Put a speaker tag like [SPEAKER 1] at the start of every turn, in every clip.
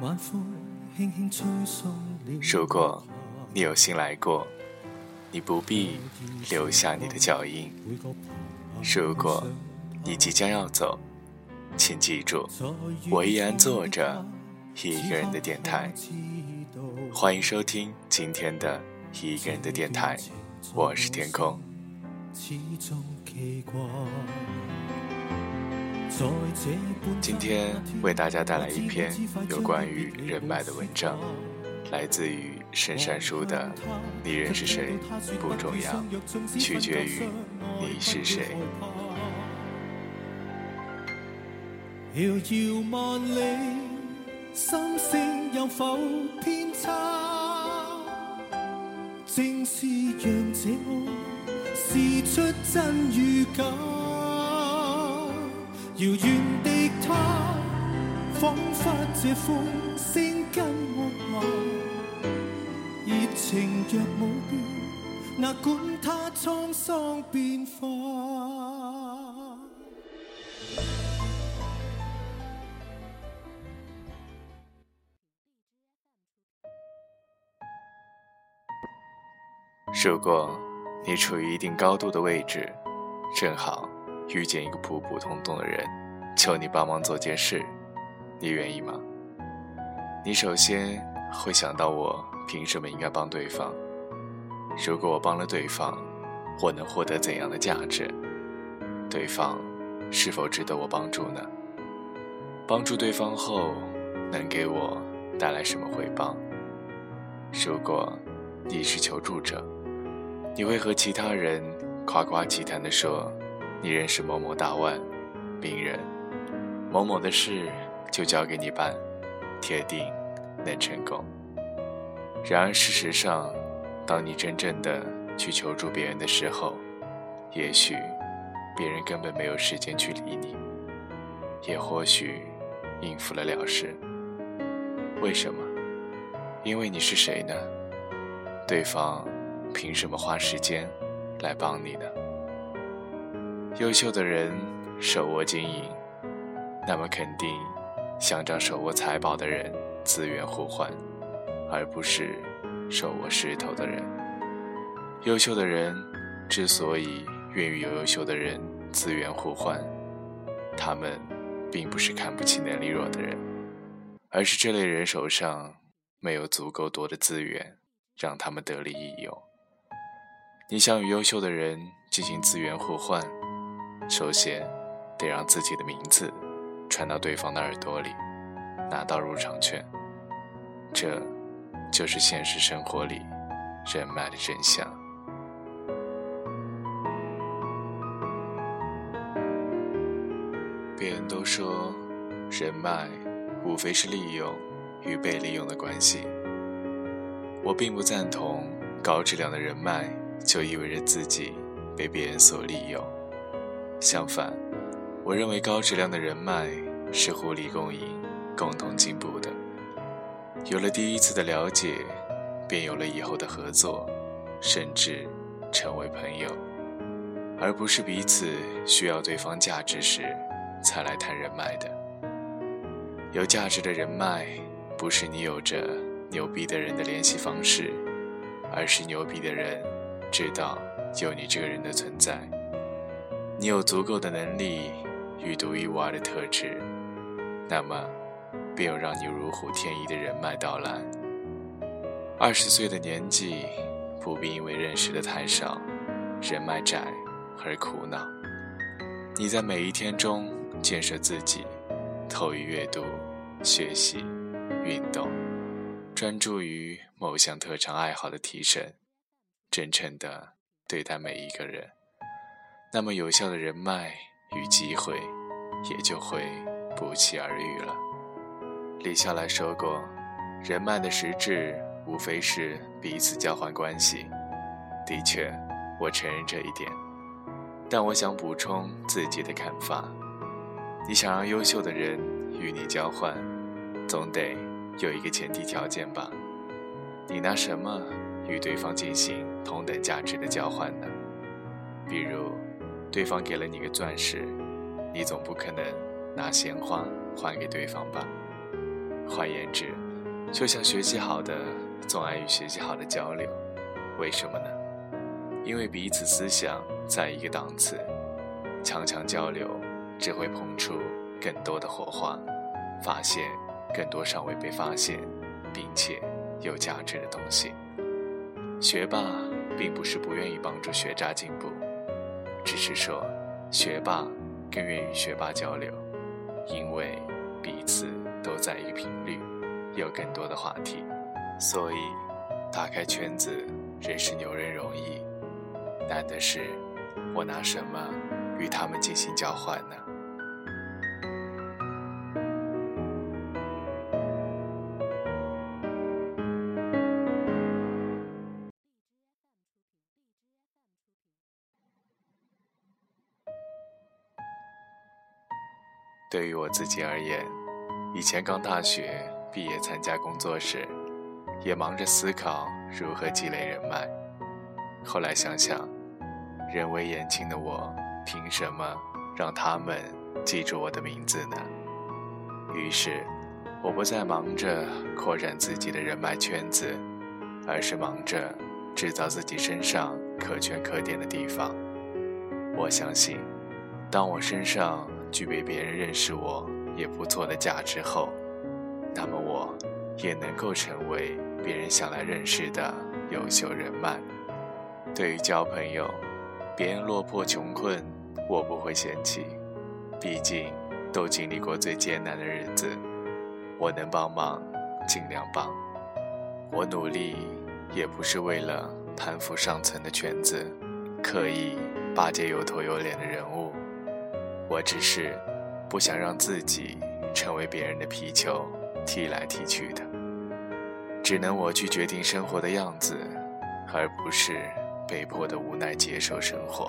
[SPEAKER 1] 如果你有幸来过，你不必留下你的脚印。如果你即将要走，请记住，我依然坐着一个人的电台。欢迎收听今天的一个人的电台，我是天空。今天为大家带来一篇有关于人脉的文章，来自于深山书的你认识谁不重要，取决于你是谁。
[SPEAKER 2] 遙遙萬里，心聲有否偏差？正是讓這愛試出真與假。遙遠的他，彷彿這風聲跟我話，熱情若冇變，哪管它滄桑變化。
[SPEAKER 1] 如果你处于一定高度的位置，正好遇见一个普普通通的人，求你帮忙做件事，你愿意吗？你首先会想到我凭什么应该帮对方？如果我帮了对方，我能获得怎样的价值？对方是否值得我帮助呢？帮助对方后，能给我带来什么回报？如果你是求助者，你会和其他人夸夸其谈地说，你认识某某大腕名人，某某的事就交给你办，铁定能成功。然而事实上，当你真正的去求助别人的时候，也许别人根本没有时间去理你，也或许应付了了事。为什么？因为你是谁呢？对方凭什么花时间来帮你呢？优秀的人手握金银，那么肯定想找手握财宝的人资源互换，而不是手握石头的人。优秀的人之所以愿与优秀的人资源互换，他们并不是看不起能力弱的人，而是这类人手上没有足够多的资源让他们得利益用。你想与优秀的人进行资源互换，首先得让自己的名字传到对方的耳朵里，拿到入场券。这就是现实生活里人脉的真相。别人都说人脉无非是利用与被利用的关系，我并不赞同高质量的人脉就意味着自己被别人所利用。相反，我认为高质量的人脉是互利共赢，共同进步的。有了第一次的了解，便有了以后的合作，甚至成为朋友，而不是彼此需要对方价值时才来谈人脉的。有价值的人脉，不是你有着牛逼的人的联系方式，而是牛逼的人知道有你这个人的存在。你有足够的能力与独一无二的特质，那么便有让你如虎添翼的人脉到来。20岁的年纪，不必因为认识的太少，人脉窄而苦恼。你在每一天中建设自己，投于阅读、学习、运动，专注于某项特长爱好的提升，真诚地对待每一个人，那么有效的人脉与机会也就会不期而遇了。李笑来说过，人脉的实质无非是彼此交换关系。的确，我承认这一点，但我想补充自己的看法。你想让优秀的人与你交换，总得有一个前提条件吧？你拿什么与对方进行同等价值的交换呢？比如对方给了你个钻石，你总不可能拿鲜花还给对方吧？ 换言之，就像学习好的总爱与学习好的交流，为什么呢？因为彼此思想在一个档次，强交流只会碰出更多的火花，发现更多尚未被发现并且有价值的东西。学霸并不是不愿意帮助学渣进步，只是说学霸更愿与学霸交流，因为彼此都在一个频率，有更多的话题。所以打开圈子认识牛人容易，难的是我拿什么与他们进行交换呢？对于我自己而言，以前刚大学毕业参加工作时，也忙着思考如何积累人脉。后来想想，人微言轻的我，凭什么让他们记住我的名字呢？于是，我不再忙着扩展自己的人脉圈子，而是忙着制造自己身上可圈可点的地方。我相信，当我身上具备别人认识我也不错的价值后，那么我也能够成为别人想来认识的优秀人脉。对于交朋友，别人落魄穷困，我不会嫌弃，毕竟都经历过最艰难的日子，我能帮忙尽量帮。我努力也不是为了攀附上层的圈子，刻意巴结有头有脸的人物，我只是不想让自己成为别人的皮球，踢来踢去的。只能我去决定生活的样子，而不是被迫的无奈接受生活。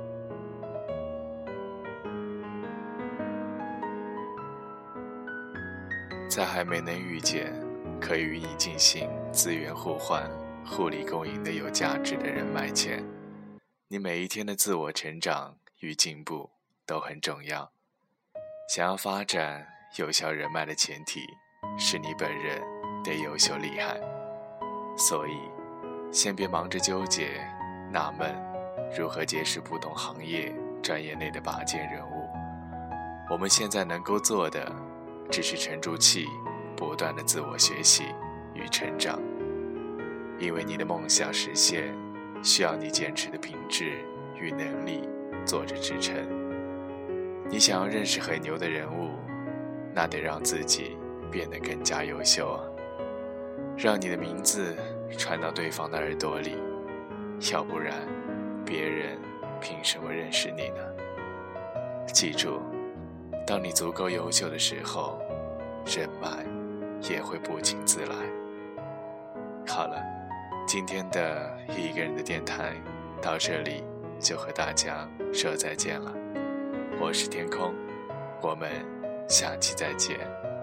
[SPEAKER 1] 在还没能遇见可以与你进行资源互换、互利共赢的有价值的人脉前，你每一天的自我成长与进步都很重要。想要发展有效人脉的前提是你本人得优秀厉害，所以先别忙着纠结纳闷如何结识不同行业专业内的拔尖人物。我们现在能够做的只是沉住气，不断的自我学习与成长，因为你的梦想实现需要你坚持的品质与能力做着支撑。你想要认识很牛的人物，那得让自己变得更加优秀啊，让你的名字传到对方的耳朵里，要不然别人凭什么认识你呢？记住，当你足够优秀的时候，人脉也会不请自来。好了，今天的一个人的电台到这里就和大家说再见了。我是天空，我们下期再见。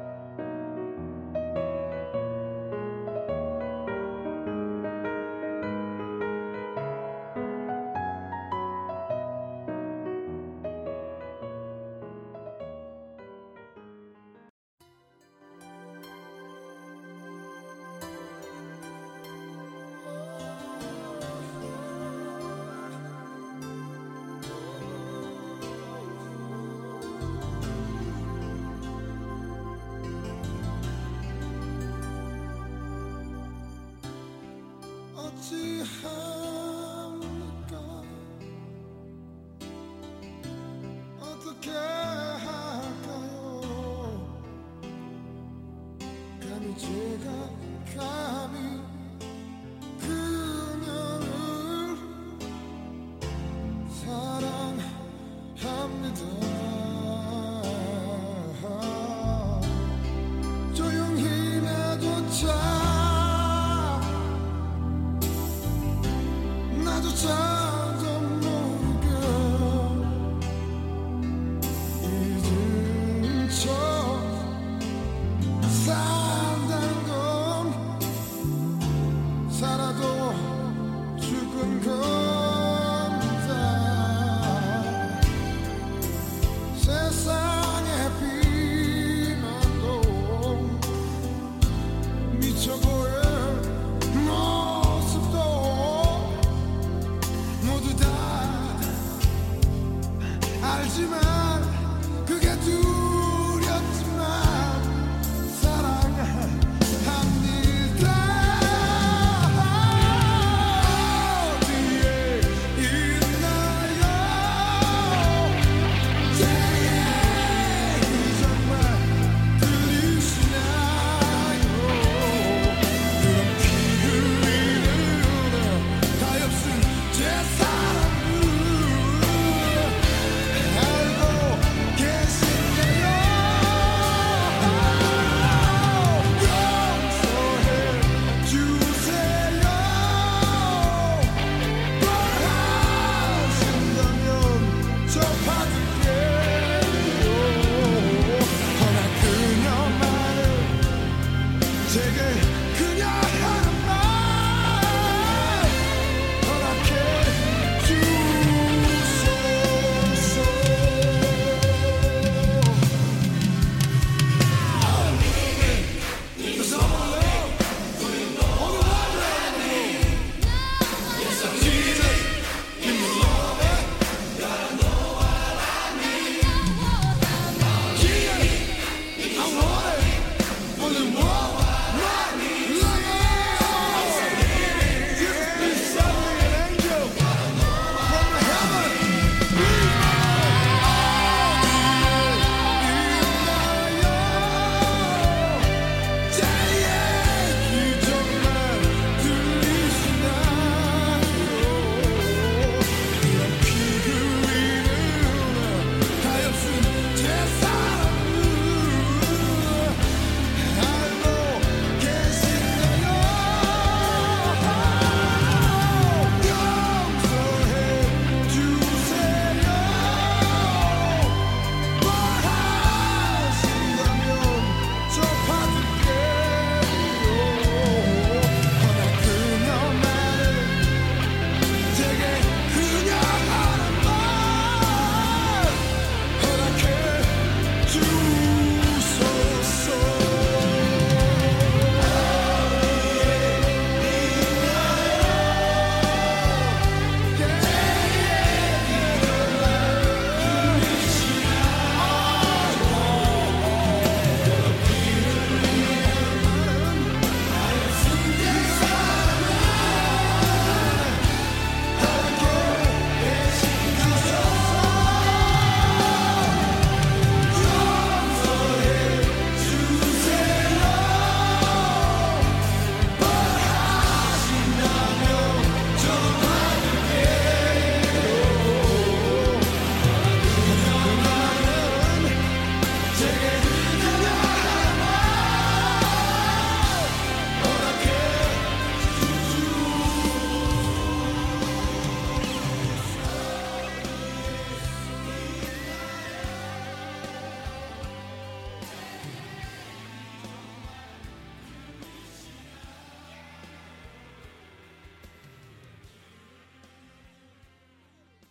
[SPEAKER 2] 어떻게 할까요? 감히 제가 감히